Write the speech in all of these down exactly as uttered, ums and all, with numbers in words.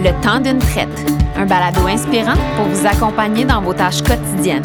Le temps d'une traite, un balado inspirant pour vous accompagner dans vos tâches quotidiennes.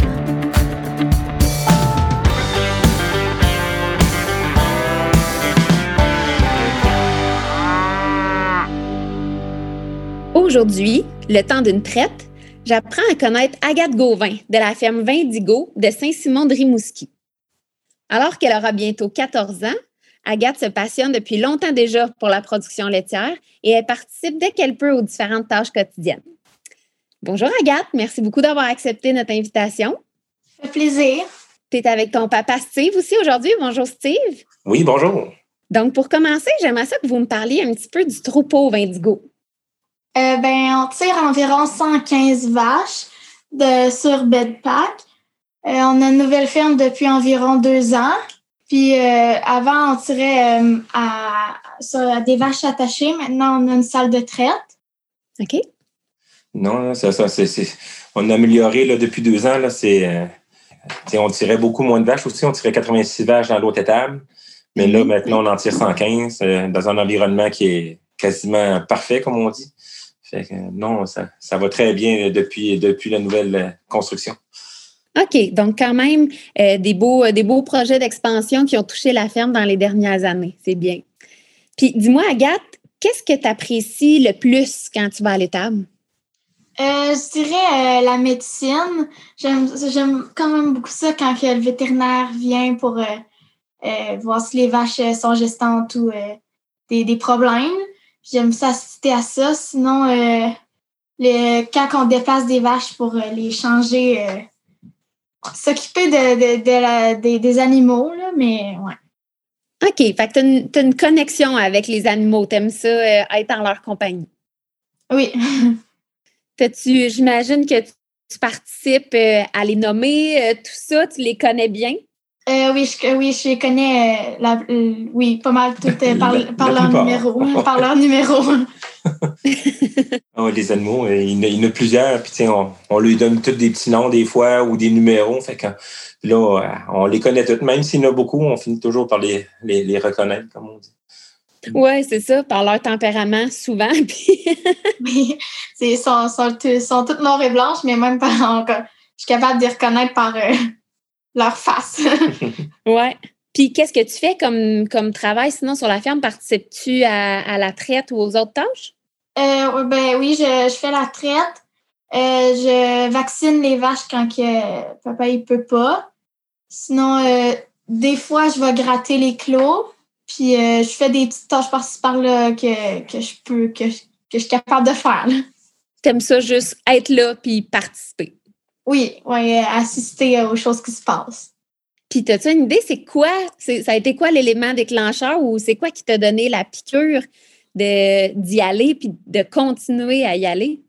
Aujourd'hui, le temps d'une traite, j'apprends à connaître Agathe Gauvin de la ferme Vindigo de Saint-Simon-de-Rimouski. Alors qu'elle aura bientôt quatorze ans, Agathe se passionne depuis longtemps déjà pour la production laitière et elle participe dès qu'elle peut aux différentes tâches quotidiennes. Bonjour Agathe, merci beaucoup d'avoir accepté notre invitation. Ça fait plaisir. Tu es avec ton papa Steve aussi aujourd'hui. Bonjour Steve. Oui, bonjour. Donc pour commencer, j'aimerais ça que vous me parliez un petit peu du troupeau Vindigo. Euh, ben, on tire environ cent quinze vaches de, sur Bedpack. Euh, on a une nouvelle ferme depuis environ deux ans. Puis euh, avant, on tirait euh, à, sur des vaches attachées. Maintenant, on a une salle de traite. OK. Non, c'est ça. C'est, c'est, on a amélioré là, depuis deux ans. Là, c'est, euh, on tirait beaucoup moins de vaches aussi. On tirait quatre-vingt-six vaches dans l'autre étable. Mais là, maintenant, on en tire cent quinze euh, dans un environnement qui est quasiment parfait, comme on dit. Fait que, non, ça, ça va très bien depuis, depuis la nouvelle construction. OK. Donc, quand même, euh, des, beaux, des beaux projets d'expansion qui ont touché la ferme dans les dernières années. C'est bien. Puis, dis-moi, Agathe, qu'est-ce que tu apprécies le plus quand tu vas à l'étable? Euh, je dirais euh, la médecine. J'aime, j'aime quand même beaucoup ça quand que le vétérinaire vient pour euh, euh, voir si les vaches sont gestantes ou euh, des, des problèmes. J'aime ça assister à ça. Sinon, euh, le, quand on déplace des vaches pour euh, les changer, euh, s'occuper de, de, de la, des, des animaux, là, mais ouais. OK. Fait que tu as une, t'as une connexion avec les animaux. Tu aimes ça, euh, être en leur compagnie. Oui. T'as-tu, j'imagine que tu, tu participes euh, à les nommer, euh, tout ça. Tu les connais bien? Euh, oui, je, oui, je les connais, euh, la, euh, oui, pas mal toutes euh, par, la, par, la leur numéro, par leur numéro. Oh, les animaux, il y en a plusieurs, puis on, on lui donne tous des petits noms des fois ou des numéros. Fait que là, on les connaît tous. Même s'il y en a beaucoup, on finit toujours par les, les, les reconnaître, comme on dit. Oui, c'est ça, par leur tempérament, souvent. Oui, ils sont, sont, sont toutes noires et blanches, mais même par, encore, je suis capable de les reconnaître par euh, leur face. Oui. Puis, qu'est-ce que tu fais comme, comme travail sinon sur la ferme? Participes-tu à, à la traite ou aux autres tâches? Euh, ben oui, je, je fais la traite. Euh, je vaccine les vaches quand que papa il peut pas. Sinon, euh, des fois, je vais gratter les clos. Puis euh, je fais des petites tâches par-ci par-là que, que je peux, que, que je suis capable de faire. Tu aimes ça juste être là puis participer? Oui, oui, assister aux choses qui se passent. Puis, as-tu une idée, c'est quoi, c'est, ça a été quoi l'élément déclencheur ou c'est quoi qui t'a donné la piqûre de, d'y aller puis de continuer à y aller?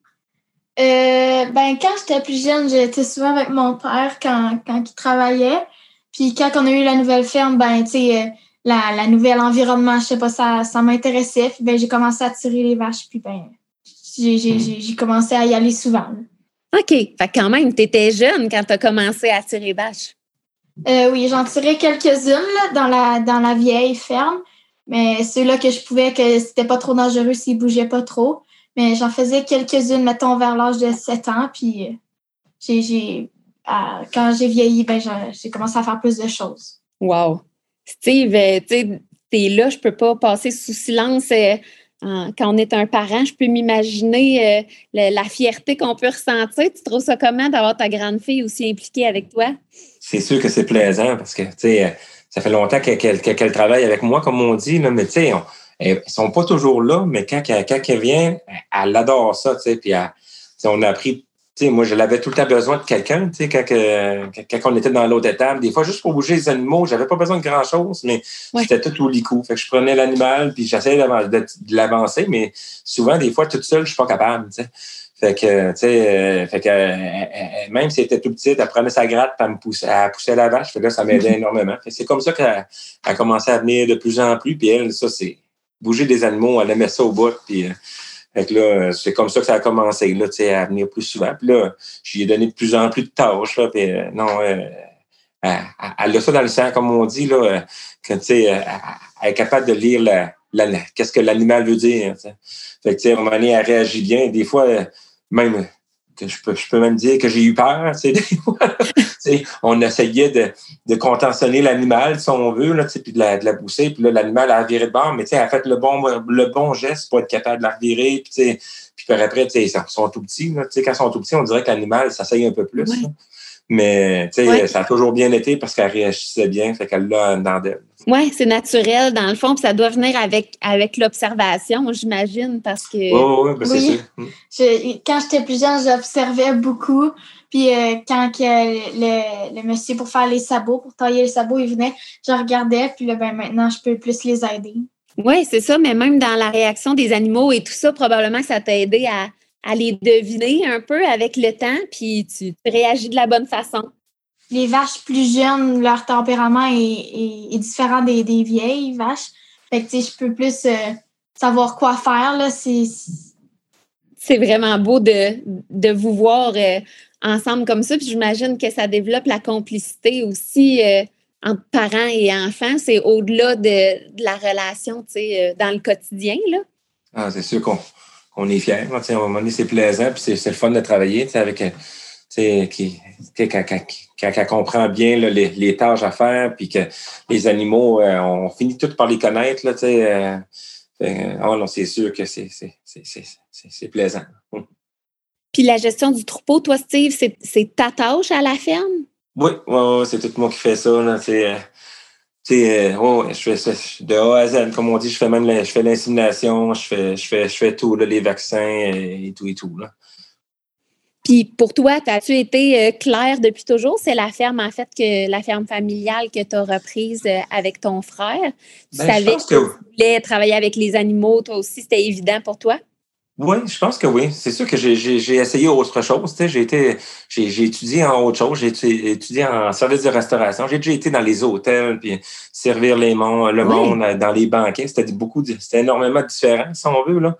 Euh, ben, quand j'étais plus jeune, j'étais souvent avec mon père quand, quand il travaillait. Puis quand on a eu la nouvelle ferme, ben, tu sais, la, la nouvelle environnement, je sais pas, ça, ça m'intéressait. Puis ben, j'ai commencé à tirer les vaches. Puis ben, j'ai, j'ai, j'ai, j'ai commencé à y aller souvent. Là. OK. Fait que quand même, tu étais jeune quand tu as commencé à tirer vaches. Euh, oui, j'en tirais quelques-unes là, dans, la, dans la vieille ferme. Mais ceux-là que je pouvais, que c'était pas trop dangereux s'ils bougeaient pas trop. Mais j'en faisais quelques-unes, mettons, vers l'âge de sept ans. Puis j'ai, j'ai, euh, quand j'ai vieilli, ben, j'ai, j'ai commencé à faire plus de choses. Wow! Steve, euh, tu sais, t'es là, je peux pas passer sous silence. Euh, en, quand on est un parent, je peux m'imaginer euh, le, la fierté qu'on peut ressentir. Tu trouves ça comment d'avoir ta grande fille aussi impliquée avec toi? C'est sûr que c'est plaisant parce que, tu sais, ça fait longtemps qu'elle, qu'elle, qu'elle travaille avec moi, comme on dit, là, mais tu sais, ils ne sont pas toujours là, mais quand, quand, quand elle vient, elle adore ça, tu sais, puis elle, on a appris, tu sais, moi, je l'avais tout le temps besoin de quelqu'un, tu sais, quand, quand, quand on était dans l'autre étable, des fois, juste pour bouger les animaux, j'avais pas besoin de grand-chose, mais ouais. C'était tout au licou. Fait que je prenais l'animal, puis j'essayais de, de, de l'avancer, mais souvent, des fois, toute seule, je suis pas capable, tu sais. Fait que, tu sais, euh, fait que, euh, même si elle était tout petite, elle prenait sa gratte, puis elle me poussait, elle poussait la vache. Fait que là, ça m'aidait énormément. Fait que c'est comme ça qu'elle a commencé à venir de plus en plus. Puis elle, ça, c'est bouger des animaux, elle aimait ça au bout. Puis, euh, fait que là, c'est comme ça que ça a commencé, là, tu sais, à venir plus souvent. Puis là, je lui ai donné de plus en plus de tâches, là. Puis, euh, non, euh, elle, elle a ça dans le sang, comme on dit, là, que, tu sais, elle, elle est capable de lire la, la, qu'est-ce que l'animal veut dire. T'sais. Fait que, tu sais, à un moment donné, elle réagit bien. Des fois, même, que je peux, je peux même dire que j'ai eu peur. Des fois, on essayait de, de contentionner l'animal, si on veut, là, puis de la, de la pousser. Puis là, l'animal a viré de bord, mais elle a fait le bon, le bon geste pour être capable de la revirer. Puis, puis par après, ils sont tout petits. Là, quand ils sont tout petits, on dirait que l'animal s'essaye un peu plus. Ouais. Mais ouais. Ça a toujours bien été parce qu'elle réagissait bien, fait qu'elle l'a dans d'elle. Oui, c'est naturel dans le fond, puis ça doit venir avec, avec l'observation, j'imagine, parce que... Oh, oui, ben c'est oui. sûr. Je, quand j'étais plus jeune, j'observais beaucoup, puis euh, quand que le, le monsieur, pour faire les sabots, pour tailler les sabots, il venait, je regardais, puis là, ben, maintenant, je peux plus les aider. Oui, c'est ça, mais même dans la réaction des animaux et tout ça, probablement que ça t'a aidé à, à les deviner un peu avec le temps, puis tu réagis de la bonne façon. Les vaches plus jeunes, leur tempérament est, est, est différent des, des vieilles vaches. Fait que, tu sais, je peux plus euh, savoir quoi faire, là. C'est, c'est vraiment beau de, de vous voir euh, ensemble comme ça. Puis j'imagine que ça développe la complicité aussi euh, entre parents et enfants. C'est au-delà de, de la relation, tu sais, euh, dans le quotidien, là. Ah, c'est sûr qu'on, qu'on est fiers. À un moment donné, c'est plaisant, puis c'est, c'est le fun de travailler, tu sais, avec... T'sais, qui, t'sais, quand, quand, quand elle comprend bien là, les, les tâches à faire, puis que les animaux, euh, on finit tous par les connaître, là, t'sais, euh, euh, oh non, c'est sûr que c'est, c'est, c'est, c'est, c'est, c'est plaisant. Puis la gestion du troupeau, toi, Steve, c'est, c'est ta tâche à la ferme? Oui, ouais, ouais, c'est tout moi qui fais ça. Là, t'sais, euh, t'sais, euh, ouais, je fais ça de A à Z, comme on dit, je fais même la, je fais l'insémination, je fais, je fais, je fais tout, là, les vaccins et, et tout et tout. Là. Puis pour toi, as-tu été euh, clair depuis toujours? C'est la ferme, en fait, que la ferme familiale que tu as reprise euh, avec ton frère. Tu ben, savais que, que tu voulais travailler avec les animaux, toi aussi, c'était évident pour toi? Oui, je pense que oui. C'est sûr que j'ai, j'ai, j'ai essayé autre chose. Tu sais, j'ai été, j'ai, j'ai étudié en autre chose. J'ai étudié en service de restauration. J'ai déjà été dans les hôtels, puis servir les mondes, le oui. monde dans les banquets. C'était beaucoup, c'était énormément différent, si on veut, là.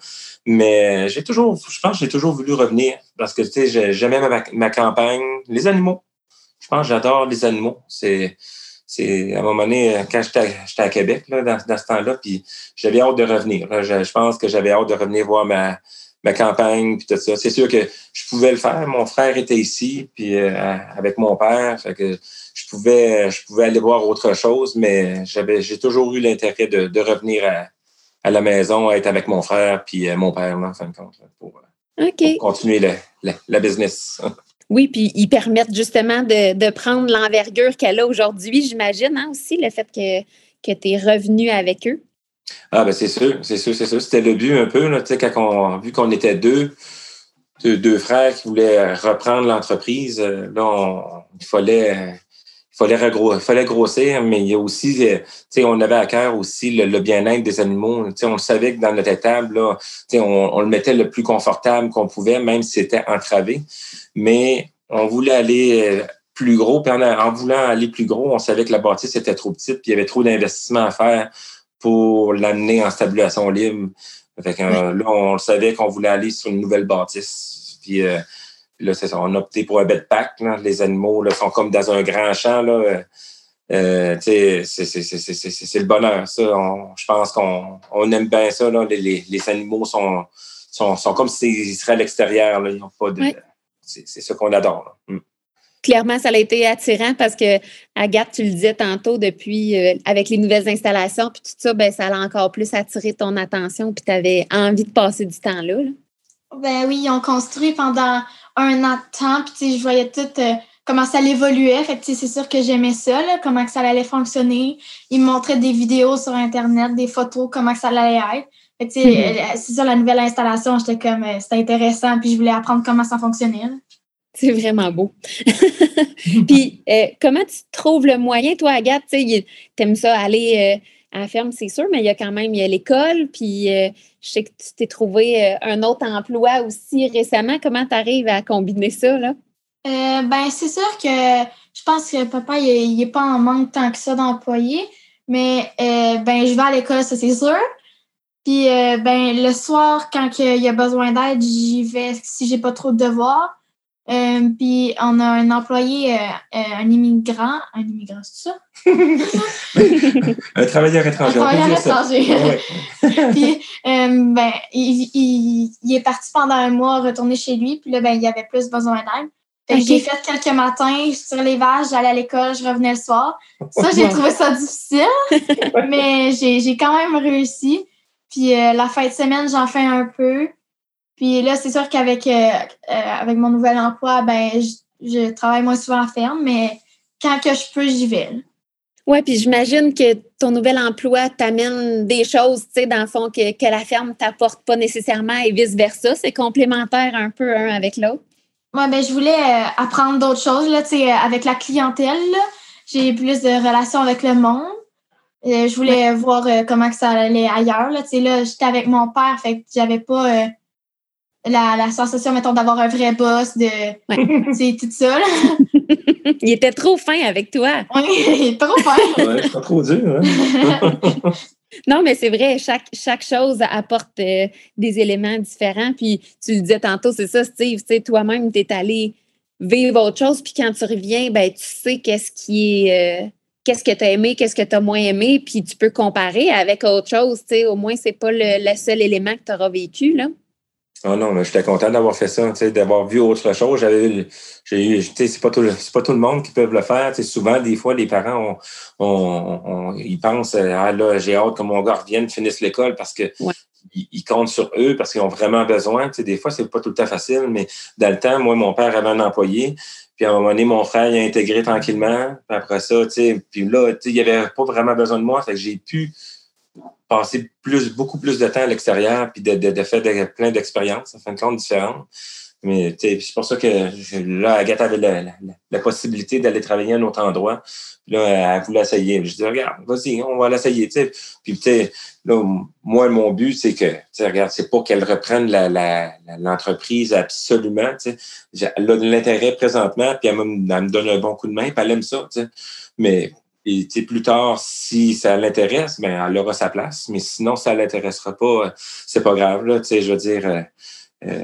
Mais j'ai toujours, je pense que j'ai toujours voulu revenir parce que, tu sais, j'aimais ma, ma campagne, les animaux. Je pense que j'adore les animaux. C'est, c'est à un moment donné, quand j'étais, j'étais à Québec, là, dans, dans ce temps-là, puis j'avais hâte de revenir. Là. Je, je pense que j'avais hâte de revenir voir ma, ma campagne, puis tout ça. C'est sûr que je pouvais le faire. Mon frère était ici, puis euh, avec mon père, fait que je pouvais, je pouvais aller voir autre chose, mais j'avais, j'ai toujours eu l'intérêt de, de revenir à, à la maison, être avec mon frère, puis euh, mon père, là, en fin de compte, là, pour, okay. pour continuer le, la, la business. Oui, puis ils permettent justement de, de prendre l'envergure qu'elle a aujourd'hui, j'imagine, hein, aussi, le fait que, que tu es revenu avec eux. Ah, ben c'est sûr, c'est sûr, c'est sûr. C'était le but un peu, là, tu sais, quand on, vu qu'on était deux, deux, deux frères qui voulaient reprendre l'entreprise, là, on, il fallait... Il fallait, regro- il fallait grossir, mais il y a aussi, tu sais, on avait à cœur aussi le, le bien-être des animaux. Tu sais, on savait que dans notre étable, là, tu sais, on, on le mettait le plus confortable qu'on pouvait, même si c'était entravé. Mais on voulait aller plus gros, puis en, en voulant aller plus gros, on savait que la bâtisse était trop petite, puis il y avait trop d'investissements à faire pour l'amener en stabulation libre. Fait que, euh, là, on le savait qu'on voulait aller sur une nouvelle bâtisse. Puis euh, là, c'est ça, on a opté pour un bed pack. Là. Les animaux là, sont comme dans un grand champ. Là. Euh, c'est, c'est, c'est, c'est, c'est, c'est le bonheur. Ça. On, je pense qu'on on aime bien ça. Là. Les, les, les animaux sont, sont, sont comme s'ils seraient à l'extérieur. Là. Ils n'ont pas de. Oui. C'est, c'est ça qu'on adore. Là. Mm. Clairement, ça a été attirant parce que, Agathe, tu le disais tantôt, depuis, euh, avec les nouvelles installations, puis tout ça, ben, ça a encore plus attiré ton attention, puis tu avais envie de passer du temps là. là. Ben oui, ils ont construit pendant un an de temps, puis je voyais tout euh, comment ça évoluait. Fait que c'est sûr que j'aimais ça, là, comment que ça allait fonctionner. Ils me montraient des vidéos sur Internet, des photos, comment que ça allait être. Fait que, mm-hmm. C'est ça, la nouvelle installation, j'étais comme, euh, c'était intéressant, puis je voulais apprendre comment ça fonctionnait. Là. C'est vraiment beau. Puis, euh, comment tu trouves le moyen, toi, Agathe? Tu aimes ça aller euh, à la ferme, c'est sûr, mais il y a quand même il y a l'école. Puis, euh, je sais que tu t'es trouvé euh, un autre emploi aussi récemment. Comment tu arrives à combiner ça, là? Euh, ben, c'est sûr que je pense que papa, il n'est pas en manque tant que ça d'employés. Mais, euh, ben, je vais à l'école, ça, c'est sûr. Puis, euh, ben, le soir, quand il y a besoin d'aide, j'y vais si j'ai pas trop de devoirs. Euh, puis on a un employé, euh, euh, un immigrant, un immigrant, c'est ça? Un travailleur étranger. Un travailleur étranger. Ouais. Puis, euh, ben, il, il, il est parti pendant un mois retourner chez lui, puis là, ben, il avait plus besoin d'aide. Fait que Okay. j'ai fait quelques matins, je tirais les vaches, j'allais à l'école, je revenais le soir. Ça, j'ai Ouais. trouvé ça difficile, mais j'ai, j'ai quand même réussi. Puis euh, la fin de semaine, j'en fais un peu. Puis là, c'est sûr qu'avec euh, euh, avec mon nouvel emploi, ben je, je travaille moins souvent à la ferme, mais quand que je peux, j'y vais. Oui, puis j'imagine que ton nouvel emploi t'amène des choses, tu sais, dans le fond, que, que la ferme t'apporte pas nécessairement et vice-versa. C'est complémentaire un peu un avec l'autre. Moi, ben je voulais euh, apprendre d'autres choses, là, tu sais, avec la clientèle, là. J'ai plus de relations avec le monde. Euh, je voulais ouais. voir euh, comment que ça allait ailleurs, là. Tu sais, là, j'étais avec mon père, fait que j'avais pas... Euh, La, la sensation, mettons, d'avoir un vrai boss, de ouais. c'est tout ça. Là. Il était trop fin avec toi. Oui, il est trop fin. Ouais, c'est pas trop dur. Hein? Non, mais c'est vrai, chaque, chaque chose apporte euh, des éléments différents. Puis tu le disais tantôt, c'est ça, Steve, tu sais, toi-même, tu es allé vivre autre chose. Puis quand tu reviens, ben tu sais qu'est-ce qui est... Euh, qu'est-ce que tu as aimé, qu'est-ce que tu as moins aimé, puis tu peux comparer avec autre chose. Tu sais, au moins, c'est pas le, le seul élément que tu auras vécu, là. Oh non, mais j'étais content d'avoir fait ça, d'avoir vu autre chose. J'avais, j'ai eu, c'est pas tout, c'est pas tout le monde qui peut le faire. T'sais, souvent, des fois, les parents, on, on, on, ils pensent, ah là, j'ai hâte que mon gars revienne, finisse l'école parce que ouais. ils, ils comptent sur eux parce qu'ils ont vraiment besoin. T'sais, des fois, c'est pas tout le temps facile, mais dans le temps, moi, mon père avait un employé. Puis à un moment donné, mon frère, il a intégré tranquillement. Puis après ça, tu sais, puis là, tu sais, il avait pas vraiment besoin de moi. Fait que j'ai pu passer plus, beaucoup plus de temps à l'extérieur puis de, de, de faire de, plein d'expériences, en fin de compte, différentes. Mais c'est pour ça que je, là, Agathe avait la, la, la possibilité d'aller travailler à un autre endroit. Puis là, elle voulait essayer. Je dis, regarde, vas-y, on va l'essayer. T'sais. Puis, tu sais, là, moi, mon but, c'est que, tu sais, regarde, c'est pas qu'elle reprenne la, la, la, l'entreprise absolument. Tu sais. Elle a de l'intérêt présentement, puis elle me, elle me donne un bon coup de main, puis elle aime ça. Tu sais. Mais et plus tard, si ça l'intéresse, ben elle aura sa place. Mais sinon, ça ne l'intéressera pas, c'est pas grave. Là, je veux dire, euh, euh,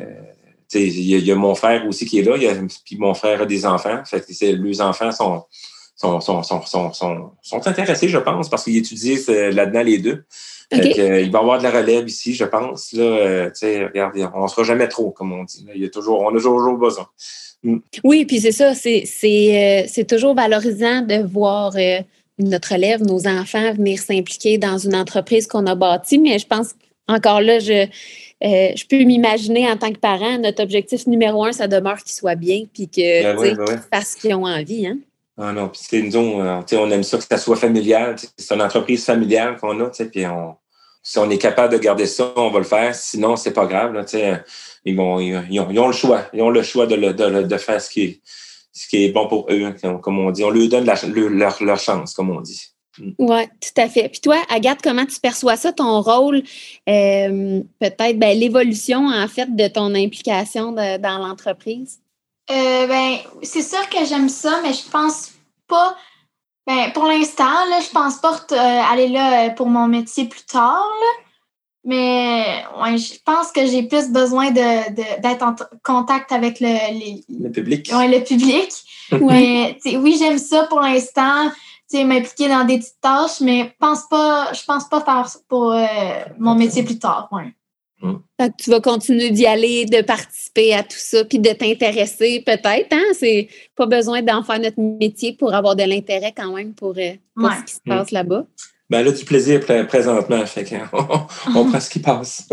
il y, y a mon frère aussi qui est là, puis mon frère a des enfants. Fait que les enfants sont, sont, sont, sont, sont, sont, sont intéressés, je pense, parce qu'ils étudient là-dedans les deux. Okay. Fait que, euh, il va y avoir de la relève ici, je pense. Là, euh, regarde, on ne sera jamais trop, comme on dit. Là. Il y a toujours, on a toujours besoin. Mm. Oui, puis c'est ça, c'est, c'est, euh, c'est toujours valorisant de voir euh, notre élève, nos enfants venir s'impliquer dans une entreprise qu'on a bâtie, mais je pense encore là, je, euh, je peux m'imaginer en tant que parent, notre objectif numéro un, ça demeure qu'ils soient bien, puis que, ben oui, ben qu'ils oui. fassent ce qu'ils ont envie. Hein? Ah non, puis c'est nous, on, on aime ça que ça soit familial, c'est une entreprise familiale qu'on a, puis on, si on est capable de garder ça, on va le faire, sinon, c'est pas grave, là, ils, vont, ils, ils, ont, ils ont le choix, ils ont le choix de, de, de faire ce qui est, ce qui est bon pour eux, hein, comme on dit. On leur donne la, leur, leur chance, comme on dit. Oui, tout à fait. Puis toi, Agathe, comment tu perçois ça, ton rôle, euh, peut-être ben, l'évolution, en fait, de ton implication de, dans l'entreprise? Euh, ben, c'est sûr que j'aime ça, mais je pense pas... Ben, pour l'instant, là, je pense pas euh, aller là pour mon métier plus tard, là. Mais ouais, je pense que j'ai plus besoin de, de, d'être en t- contact avec le, les, le public. Ouais, le public. Mais oui, j'aime ça pour l'instant, m'impliquer dans des petites tâches, mais pense pas, je pense pas faire pour euh, mon métier plus tard. Ouais. Mmh. Fait que tu vas continuer d'y aller, de participer à tout ça, puis de t'intéresser peut-être. Hein? C'est pas besoin d'en faire notre métier pour avoir de l'intérêt quand même pour, euh, pour ouais. ce qui se passe mmh. là-bas. Ben, elle a du plaisir présentement, fait qu'on on prend ce qui passe.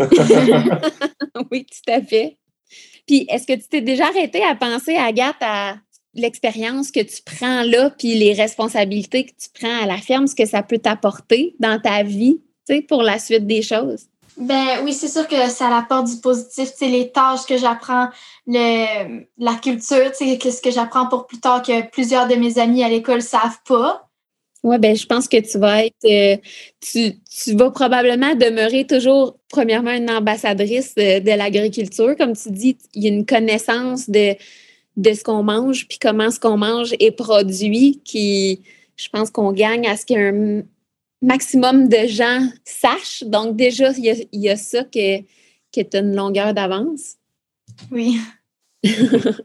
Oui, tout à fait. Puis, est-ce que tu t'es déjà arrêté à penser, Agathe, à l'expérience que tu prends là, puis les responsabilités que tu prends à la ferme, ce que ça peut t'apporter dans ta vie, tu sais, pour la suite des choses? Ben oui, c'est sûr que ça apporte du positif. Tu sais, les tâches que j'apprends, le, la culture, tu sais, qu'est-ce que j'apprends pour plus tard que plusieurs de mes amis à l'école savent pas. Oui, bien, je pense que tu vas être, euh, tu, tu vas probablement demeurer toujours, premièrement, une ambassadrice de, de l'agriculture. Comme tu dis, il y a une connaissance de, de ce qu'on mange, puis comment ce qu'on mange est produit, qui, je pense qu'on gagne à ce qu'un maximum de gens sachent. Donc, déjà, il y a, il y a ça que, que tu as une longueur d'avance. Oui.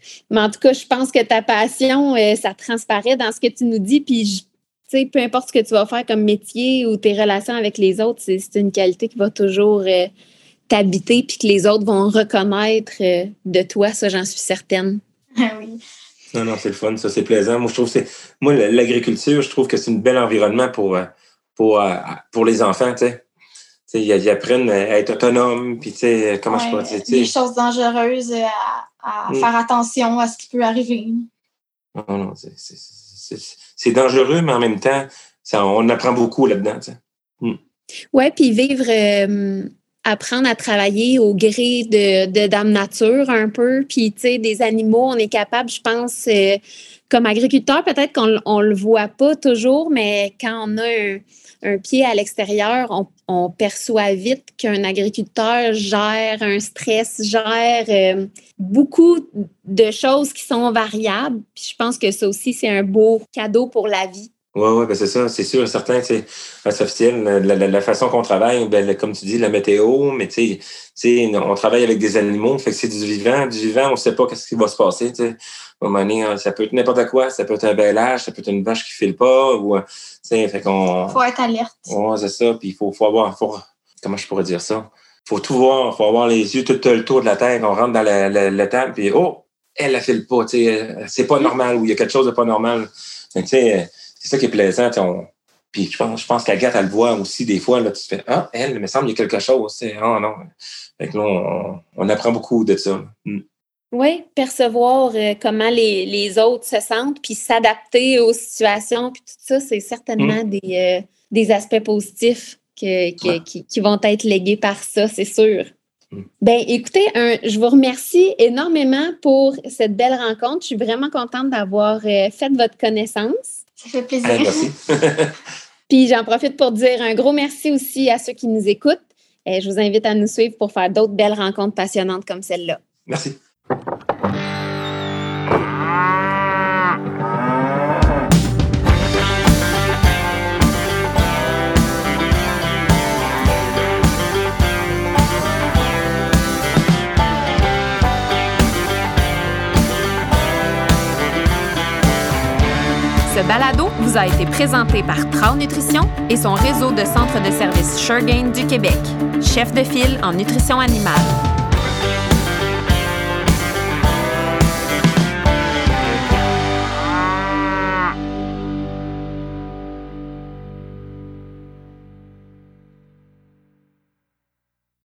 Mais en tout cas, je pense que ta passion, euh, ça transparaît dans ce que tu nous dis. Puis, tu sais, peu importe ce que tu vas faire comme métier ou tes relations avec les autres, c'est, c'est une qualité qui va toujours euh, t'habiter puis que les autres vont reconnaître euh, de toi. Ça, j'en suis certaine. Ah oui. Non, non, c'est le fun. Ça, c'est plaisant. Moi, je trouve que c'est... Moi, l'agriculture, je trouve que c'est un bel environnement pour, pour, pour les enfants, tu sais. Ils, ils apprennent à être autonomes, puis tu sais, comment ouais, je pourrais dire... Des choses dangereuses, à, à mm. faire attention à ce qui peut arriver. Non, non, c'est, c'est, c'est, c'est dangereux, mais en même temps, ça, on apprend beaucoup là-dedans, tu sais. Mm. Oui, puis vivre... Euh... apprendre à travailler au gré de, de Dame Nature un peu. Puis, tu sais, des animaux, on est capable, je pense, euh, comme agriculteur, peut-être qu'on ne le voit pas toujours, mais quand on a un, un pied à l'extérieur, on, on perçoit vite qu'un agriculteur gère un stress, gère euh, beaucoup de choses qui sont variables. Puis, je pense que ça aussi, c'est un beau cadeau pour la vie. Oui, oui, ben c'est ça, c'est sûr, certain, tu sais, c'est officiel, la, la, la façon qu'on travaille, ben, comme tu dis, la météo, mais tu sais, on travaille avec des animaux, fait que c'est du vivant, du vivant, on ne sait pas qu'est-ce qui va se passer, tu sais. À un moment donné, ça peut être n'importe quoi, ça peut être un bel âge, ça peut être une vache qui ne file pas, ou, tu sais, fait qu'on... Faut être alerte. Oui, c'est ça, puis il faut, faut avoir, faut, comment je pourrais dire ça? Faut tout voir, faut avoir les yeux tout le tour de la tête, on rentre dans la, la, la table, puis oh, elle ne file pas, tu sais, c'est pas normal, ou il y a quelque chose de pas normal. Tu sais, c'est ça qui est plaisant. On... Puis je pense, je pense qu'Agathe, elle le voit aussi des fois. Là, tu te fais Ah, elle, il me semble qu'il y a quelque chose. Ah, non. Fait que là, on, on apprend beaucoup de ça. Mm. Oui, percevoir euh, comment les, les autres se sentent, puis s'adapter aux situations, puis tout ça, c'est certainement mm. des, euh, des aspects positifs que, que, ouais. qui, qui vont être légués par ça, c'est sûr. Mm. Bien, écoutez, un, je vous remercie énormément pour cette belle rencontre. Je suis vraiment contente d'avoir euh, fait votre connaissance. Ça fait plaisir. Ah, merci. Puis j'en profite pour dire un gros merci aussi à ceux qui nous écoutent. Et je vous invite à nous suivre pour faire d'autres belles rencontres passionnantes comme celle-là. Merci. Ce balado vous a été présenté par Trau Nutrition et son réseau de centres de services Shergain du Québec, chef de file en nutrition animale.